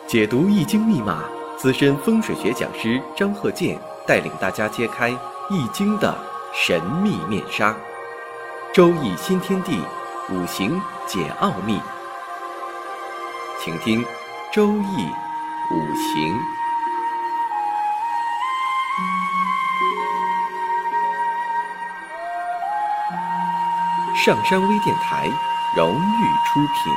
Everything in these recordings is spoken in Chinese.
解读易经密码，资深风水学讲师张鹤剑带领大家揭开易经的神秘面纱。周易新天地，五行解奥秘。请听周易五行。上山微电台荣誉出品。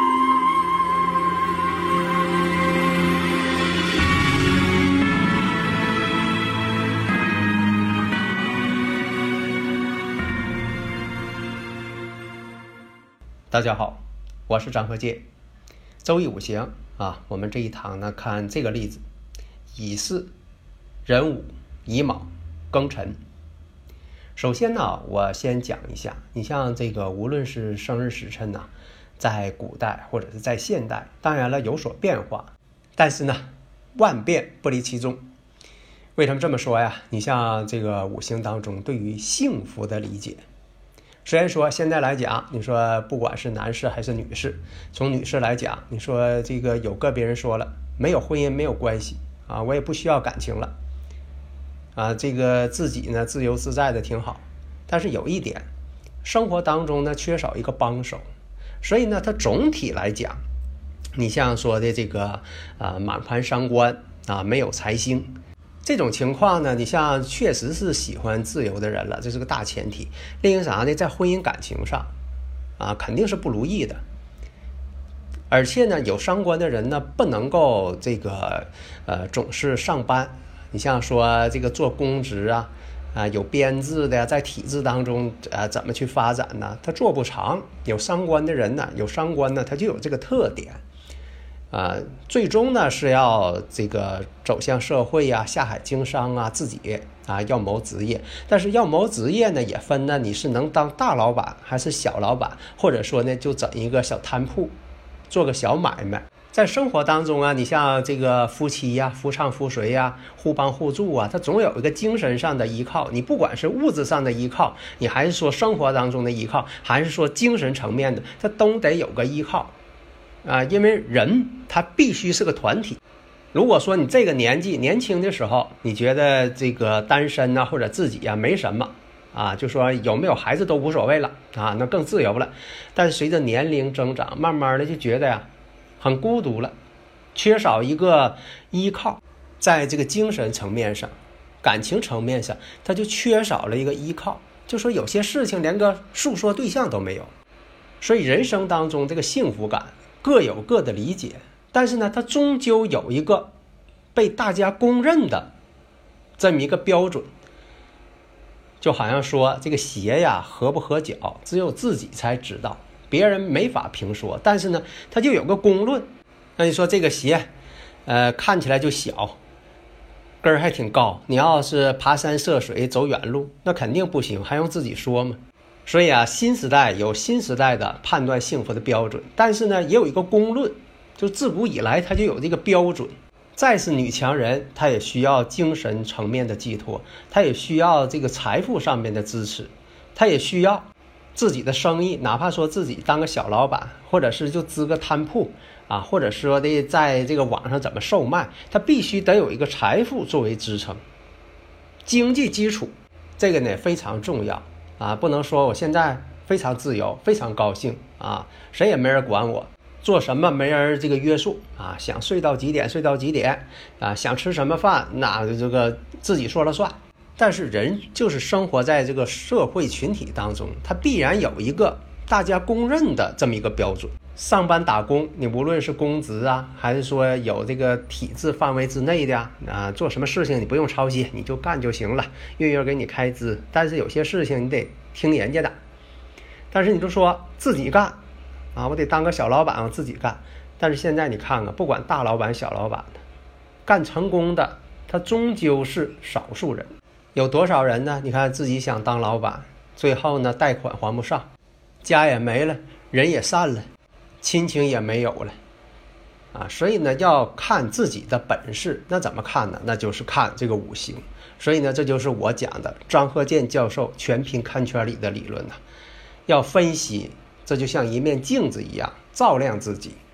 大家好，我是张鹤剑。周易五行啊，我们这一堂呢看这个例子：乙巳、壬午、乙卯、庚辰。首先呢，我先讲一下，你像这个无论是生日时辰呢，在古代或者是在现代，当然了有所变化，但是呢万变不离其宗。为什么这么说呀？你像这个五行当中对于幸福的理解，虽然说现在来讲，你说不管是男士还是女士，从女士来讲，你说这个有个别人说了，没有婚姻没有关系啊，我也不需要感情了啊，这个自己呢自由自在的挺好。但是有一点，生活当中呢缺少一个帮手，所以呢它总体来讲，你像说的这个满盘伤官啊，没有财星，这种情况呢，你像确实是喜欢自由的人了，这是个大前提。另一个啥呢，在婚姻感情上啊，肯定是不如意的。而且呢，有伤官的人呢，不能够这个总是上班。你像说这个做公职有编制的在体制当中怎么去发展呢？他做不长。有伤官的人呢，有伤官呢，他就有这个特点。最终呢是要这个走向社会下海经商自己要谋职业。但是要谋职业呢，也分呢，你是能当大老板还是小老板，或者说呢就整一个小摊铺，做个小买卖。在生活当中你像这个夫妻夫唱妇随互帮互助它总有一个精神上的依靠。你不管是物质上的依靠，你还是说生活当中的依靠，还是说精神层面的，它都得有个依靠因为人他必须是个团体。如果说你这个年纪年轻的时候，你觉得这个单身或者自己没什么就说有没有孩子都无所谓了那更自由了。但是随着年龄增长，慢慢的就觉得很孤独了，缺少一个依靠。在这个精神层面上，感情层面上，他就缺少了一个依靠，就说有些事情连个诉说对象都没有。所以人生当中这个幸福感各有各的理解，但是呢它终究有一个被大家公认的这么一个标准。就好像说这个鞋合不合脚，只有自己才知道，别人没法评说。但是呢它就有个公论。那你说这个鞋看起来就小，跟儿还挺高，你要是爬山涉水走远路，那肯定不行，还用自己说吗？所以新时代有新时代的判断幸福的标准，但是呢也有一个公论，就自古以来它就有这个标准。再是女强人，她也需要精神层面的寄托，她也需要这个财富上面的支持，她也需要自己的生意，哪怕说自己当个小老板，或者是就支个摊铺或者说的在这个网上怎么售卖，她必须得有一个财富作为支撑。经济基础这个呢非常重要不能说我现在非常自由非常高兴谁也没人管我，做什么没人这个约束想睡到几点睡到几点想吃什么饭那这个自己说了算。但是人就是生活在这个社会群体当中，他必然有一个大家公认的这么一个标准。上班打工，你无论是公职还是说有这个体制范围之内的做什么事情你不用操心，你就干就行了，月月给你开支。但是有些事情你得听人家的。但是你就说自己干我得当个小老板我自己干。但是现在你看看，不管大老板小老板的，干成功的他终究是少数人。有多少人呢？你看自己想当老板，最后呢贷款还不上，家也没了，人也散了，亲情也没有了所以呢要看自己的本事。那怎么看呢？那就是看这个五行。所以呢这就是我讲的张鹤剑教授全凭看圈里的理论要分析，这就像一面镜子一样照亮自己，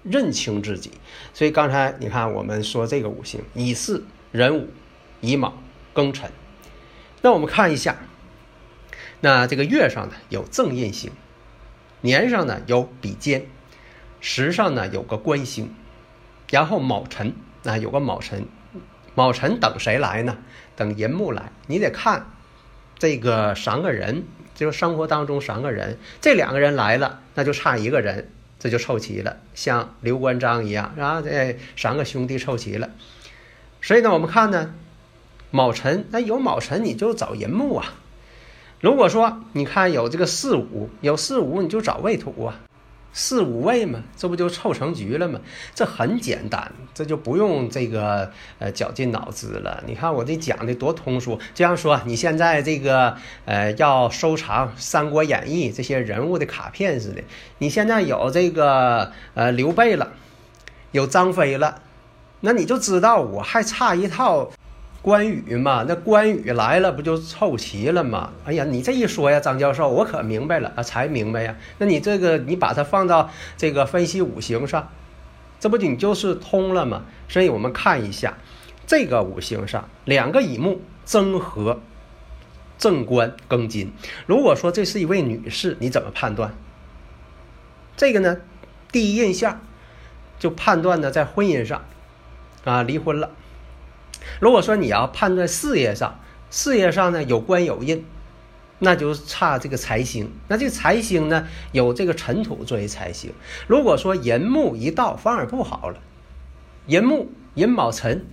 认清自己。所以刚才你看我们说这个五行，乙巳、壬午、乙卯、庚辰。那我们看一下，那这个月上呢有正印星，年上呢有比肩，时上呢有个官星，然后卯辰有个卯辰。卯辰等谁来呢？等寅木来。你得看这个3个人，就是生活当中3个人，这2个人来了，那就差1个人，这就凑齐了，像刘关张一样，然后这3个兄弟凑齐了。所以呢，我们看呢，卯辰，那有卯辰你就找寅木啊。如果说你看有这个巳午，有巳午你就找未土啊。4、5位嘛，这不就凑成局了吗？这很简单，这就不用这个绞尽脑汁了。你看我这讲的多通俗。这样说，你现在这个要收藏《三国演义》这些人物的卡片似的，你现在有这个刘备了，有张飞了，那你就知道我还差一套关羽嘛，那关羽来了不就凑齐了吗？哎呀，你这一说呀，张教授，我可明白了啊，才明白呀。那你这个你把它放到这个分析五行上，这不你就是通了吗？所以我们看一下这个五行上2个乙木争合正官庚金。如果说这是一位女士，你怎么判断？这个呢，第一印象就判断呢在婚姻上离婚了。如果说你要判断事业上呢有官有印，那就差这个财星。那这个财星呢有这个尘土作为财星。如果说寅木一到反而不好了，寅木寅卯辰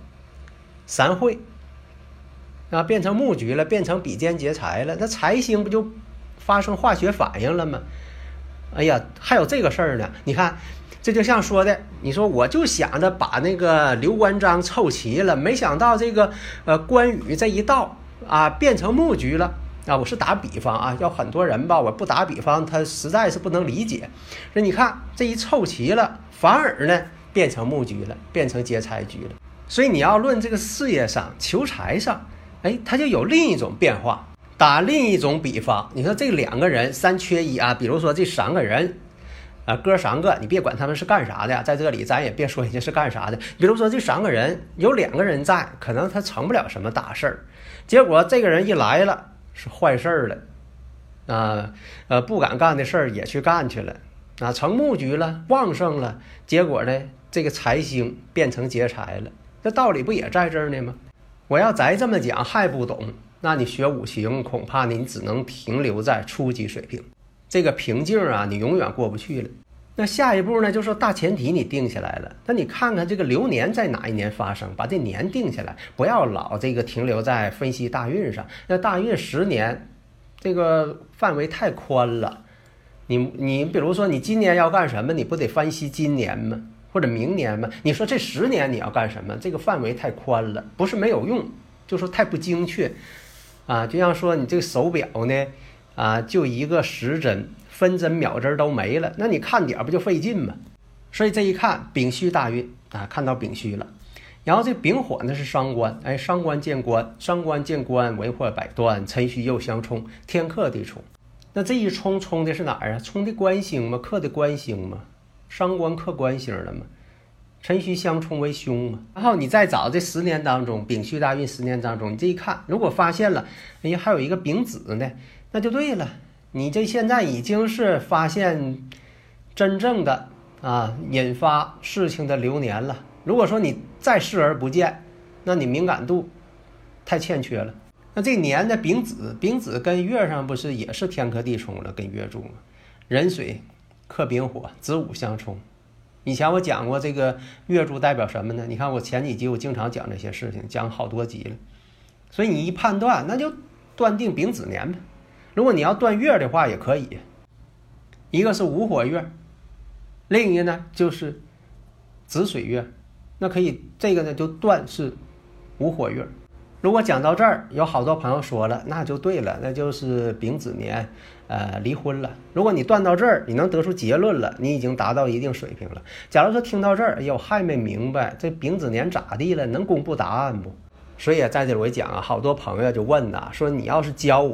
3会变成木局了，变成比肩劫财了，那财星不就发生化学反应了吗？哎呀，还有这个事儿呢。你看这就像说的，你说我就想着把那个刘关张凑齐了，没想到这个关羽这一道变成木局了我是打比方要很多人吧，我不打比方他实在是不能理解。所以你看这一凑齐了，反而呢变成木局了，变成劫财局了。所以你要论这个事业上求财上，它就有另一种变化。打另一种比方，你说这2个人3缺1比如说这3个人哥3个，你别管他们是干啥的，在这里咱也别说人家是干啥的。比如说这3个人有2个人在，可能他成不了什么大事儿，结果这个人一来了是坏事儿了不敢干的事儿也去干去了成木局了，旺盛了，结果呢这个财星变成劫财了。这道理不也在这儿呢吗？我要再这么讲还不懂，那你学五行恐怕你只能停留在初级水平，这个瓶颈你永远过不去了。那下一步呢，就是大前提你定下来了，那你看看这个流年在哪一年发生，把这年定下来，不要老这个停留在分析大运上。那大运10年这个范围太宽了，你比如说你今年要干什么，你不得分析今年吗？或者明年吗？你说这10年你要干什么，这个范围太宽了，不是没有用，就说太不精确就像说你这个手表呢就一个时针分针秒针都没了，那你看点不就费劲吗？所以这一看丙戌大运看到丙戌了，然后这丙火呢是伤官，伤官见官，伤官见官为祸百端，辰戌又相冲，天克地冲。那这一冲的是哪儿冲的官星吗？克的官星吗？伤官克官星了吗？辰戌相冲为凶嘛。然后你再找这10年当中，丙戌大运10年当中，你这一看，如果发现了还有一个丙子呢，那就对了，你这现在已经是发现真正的引发事情的流年了。如果说你再视而不见，那你敏感度太欠缺了。那这年的丙子跟月上不是也是天克地冲了，跟月柱嘛，壬水克丙火，子午相冲。以前我讲过这个月柱代表什么呢？你看我前几集我经常讲这些事情，讲好多集了。所以你一判断，那就断定丙子年吧。如果你要断月的话也可以，一个是午火月，另一个呢就是子水月，那可以这个呢就断是午火月。如果讲到这儿，有好多朋友说了，那就对了，那就是丙子年离婚了。如果你断到这儿，你能得出结论了，你已经达到一定水平了。假如说听到这儿，哎呦还没明白这丙子年咋地了，能公布答案不？所以在这里我讲好多朋友就问说你要是教我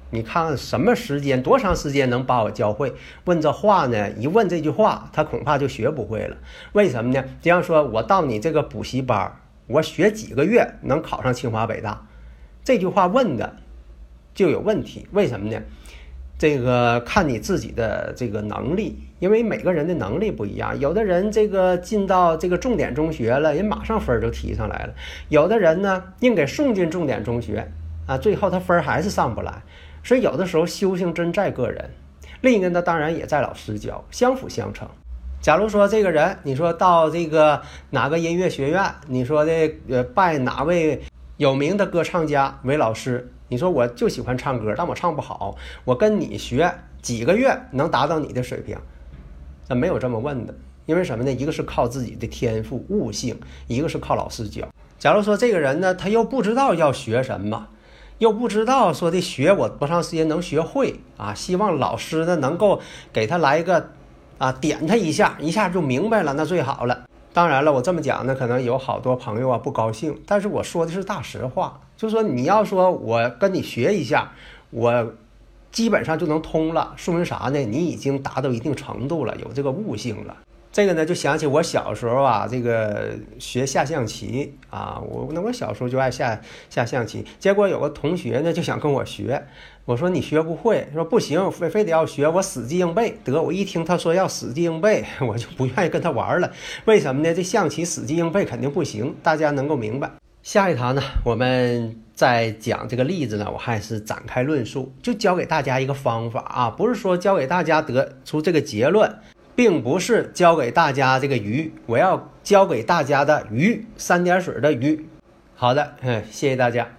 你看看什么时间，多长时间能把我教会？问这话呢，一问这句话，他恐怕就学不会了。为什么呢？这样说，我到你这个补习班，我学几个月能考上清华北大？这句话问的就有问题。为什么呢？这个看你自己的这个能力，因为每个人的能力不一样。有的人这个进到这个重点中学了，人马上分就提上来了；有的人呢，硬给送进重点中学啊，最后他分还是上不来。所以有的时候修行真在个人，另一个呢，当然也在老师教，相辅相成。假如说这个人，你说到这个哪个音乐学院，你说的拜哪位有名的歌唱家为老师，你说我就喜欢唱歌，但我唱不好，我跟你学几个月能达到你的水平？那没有这么问的，因为什么呢？一个是靠自己的天赋悟性，一个是靠老师教。假如说这个人呢，他又不知道要学什么，又不知道说的学我多长时间能学会啊，希望老师呢能够给他来一个点他一下就明白了，那最好了。当然了，我这么讲呢，可能有好多朋友不高兴，但是我说的是大实话，就是说你要说我跟你学一下，我基本上就能通了，说明啥呢？你已经达到一定程度了，有这个悟性了。这个呢，就想起我小时候这个学下象棋我小时候就爱下象棋，结果有个同学呢就想跟我学，我说你学不会，说不行，非得要学，我死记硬背。得，我一听他说要死记硬背，我就不愿意跟他玩了。为什么呢？这象棋死记硬背肯定不行，大家能够明白。下一堂呢，我们再讲这个例子呢，我还是展开论述，就教给大家一个方法不是说教给大家得出这个结论，并不是教给大家这个鱼，我要教给大家的鱼，3点水的鱼。好的，谢谢大家。